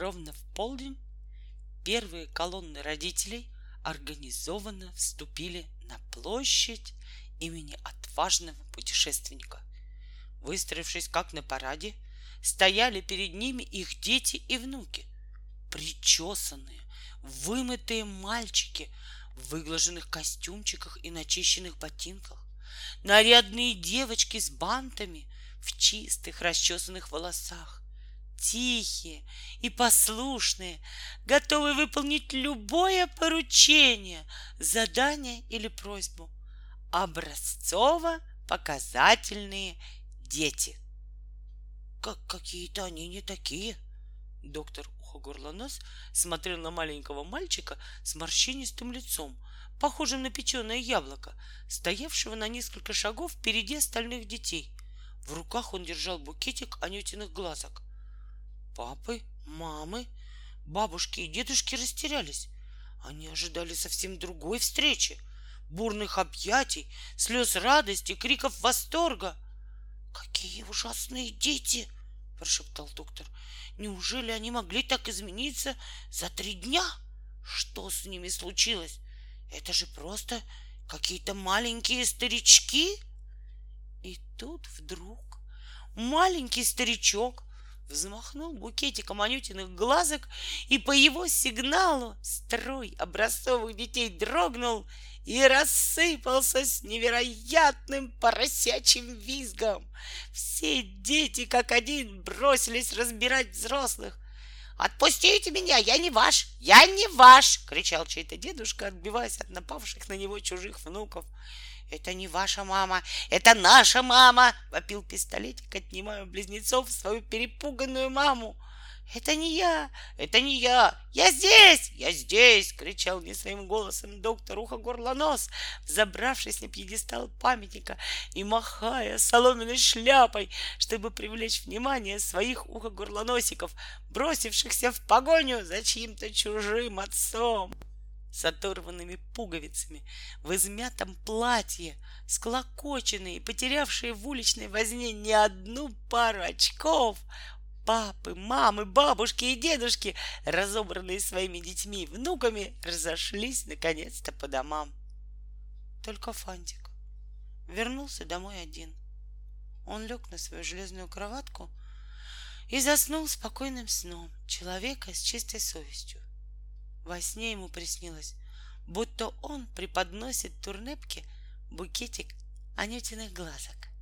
Ровно в полдень первые колонны родителей организованно вступили на площадь имени отважного путешественника. Выстроившись как на параде, стояли перед ними их дети и внуки, причесанные, вымытые мальчики в выглаженных костюмчиках и начищенных ботинках, нарядные девочки с бантами в чистых расчесанных волосах, тихие и послушные, готовые выполнить любое поручение, задание или просьбу. Образцово-показательные дети. Какие-то они не такие. Доктор Ухо-горло-нос смотрел на маленького мальчика с морщинистым лицом, похожим на печеное яблоко, стоявшего на несколько шагов впереди остальных детей. В руках он держал букетик анютиных глазок. Папы, мамы, бабушки и дедушки растерялись. Они ожидали совсем другой встречи, бурных объятий, слез радости, криков восторга. «Какие ужасные дети!» — прошептал доктор. «Неужели они могли так измениться за 3 дня? Что с ними случилось? Это же просто какие-то маленькие старички!» И тут вдруг маленький старичок взмахнул букетиком анютиных глазок, и по его сигналу строй образцовых детей дрогнул и рассыпался с невероятным поросячьим визгом. Все дети как один бросились разбирать взрослых. «Отпустите меня, я не ваш, я не ваш!» — кричал чей-то дедушка, отбиваясь от напавших на него чужих внуков. «Это не ваша мама, это наша мама!» — вопил пистолетик, отнимая у близнецов свою перепуганную маму. «Это не я, это не я! Я здесь!» — кричал не своим голосом доктор Ухо-горло-нос, взобравшись на пьедестал памятника и махая соломенной шляпой, чтобы привлечь внимание своих ухо-горлоносиков, бросившихся в погоню за чьим-то чужим отцом. С оторванными пуговицами, в измятом платье, склокоченные и потерявшие в уличной возне не одну пару очков, папы, мамы, бабушки и дедушки, разобранные своими детьми и внуками, разошлись наконец-то по домам. Только Фантик вернулся домой один. Он лег на свою железную кроватку и заснул спокойным сном человека с чистой совестью. Во сне ему приснилось, будто он преподносит Турнепке букетик анютиных глазок.